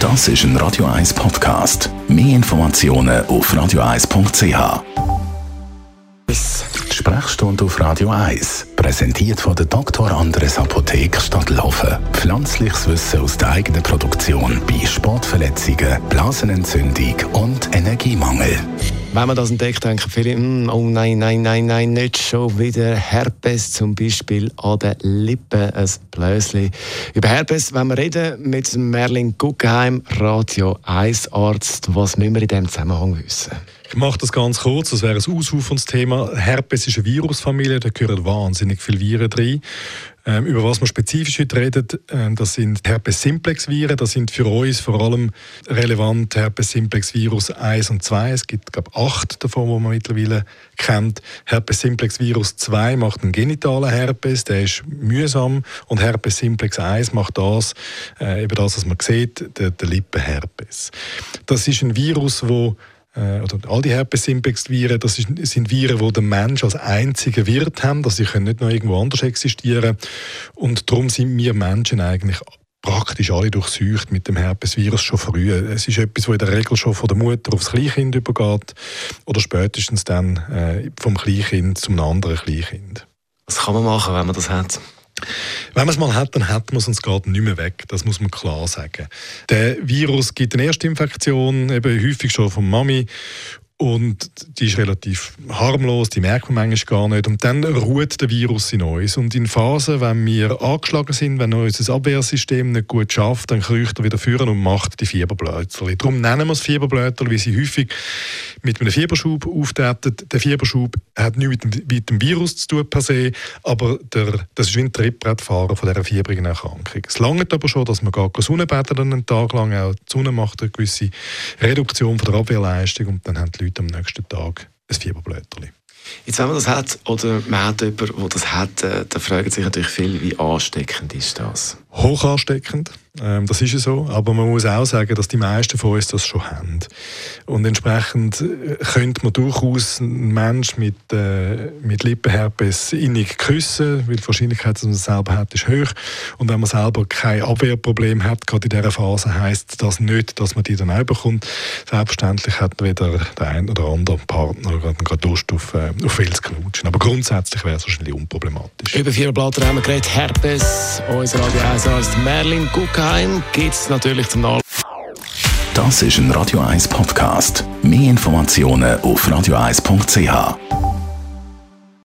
Das ist ein Radio 1 Podcast. Mehr Informationen auf radio1.ch. Die Sprechstunde auf Radio 1, präsentiert von der Dr. Andres Apotheke Stadtlaufen. Pflanzliches Wissen aus der eigenen Produktion bei Sportverletzungen, Blasenentzündung und Energiemangel. Wenn man das entdeckt, denken viele, oh nein, nicht schon wieder Herpes, zum Beispiel an den Lippen, ein Blösli. Über Herpes wollen wir reden mit Merlin Guggenheim, Radio 1 Arzt. Was müssen wir in diesem Zusammenhang wissen? Ich mache das ganz kurz, das wäre ein ausuferndes Thema. Herpes ist eine Virusfamilie, da gehören wahnsinnig viele Viren drin. Über was wir spezifisch heute reden, das sind Herpes-Simplex-Viren. Das sind für uns vor allem relevant Herpes-Simplex-Virus 1 und 2. Es gibt, glaube ich, 8 davon, die man mittlerweile kennt. Herpes-Simplex-Virus 2 macht einen genitalen Herpes, der ist mühsam. Und Herpes-Simplex 1 macht das, eben das, was man sieht, der Lippenherpes. Das ist ein Virus, wo oder all die Herpes-Simplex-Viren, das sind Viren, die der Mensch als einziger Wirt haben, also sie können nicht noch irgendwo anders existieren. Und darum sind wir Menschen eigentlich praktisch alle durchseucht mit dem Herpesvirus schon früh. Es ist etwas, das in der Regel schon von der Mutter aufs Kleinkind übergeht oder spätestens dann vom Kleinkind zum anderen Kleinkind. Was kann man machen, wenn man das hat? Wenn man es mal hat, dann hat man es und es geht nicht mehr weg. Das muss man klar sagen. Der Virus gibt eine Erstinfektion, eben häufig schon von Mami. Und die ist relativ harmlos, die merkt man manchmal gar nicht. Und dann ruht der Virus in uns. Und in Phasen, wenn wir angeschlagen sind, wenn unser Abwehrsystem nicht gut schafft, dann kriecht er wieder führen und macht die Fieberblötchen. Darum nennen wir es Fieberblötchen, weil sie häufig mit einem Fieberschub auftreten. Der Fieberschub hat nichts mit dem Virus zu tun per se, aber das ist wie ein Trittbrettfahren von dieser fiebrigen Erkrankung. Es langt aber schon, dass man gar Sonnenbäder einen Tag lang, auch die Sonne macht eine gewisse Reduktion von der Abwehrleistung und dann haben die Leute am nächsten Tag ein Fieberblötchen. Jetzt, wenn man das hat, oder man hat jemanden, der das hat, dann fragen sich natürlich viele, wie ansteckend ist das? Hoch ansteckend, das ist ja so. Aber man muss auch sagen, dass die meisten von uns das schon haben. Und entsprechend könnte man durchaus einen Menschen mit Lippenherpes innig küssen, weil die Wahrscheinlichkeit, dass man es selber hat, ist hoch. Und wenn man selber kein Abwehrproblem hat, gerade in dieser Phase, heisst das nicht, dass man die dann auch bekommt. Selbstverständlich hat weder der ein oder andere Partner gerade Lust auf viel zu knutschen. Aber grundsätzlich wäre es wahrscheinlich unproblematisch. Über 4 Blatter haben wir geredet. Herpes, unser Radio 1 Arzt Merlin Guggenheim gibt es natürlich zum Nachlesen. Das ist ein Radio 1 Podcast. Mehr Informationen auf radio1.ch.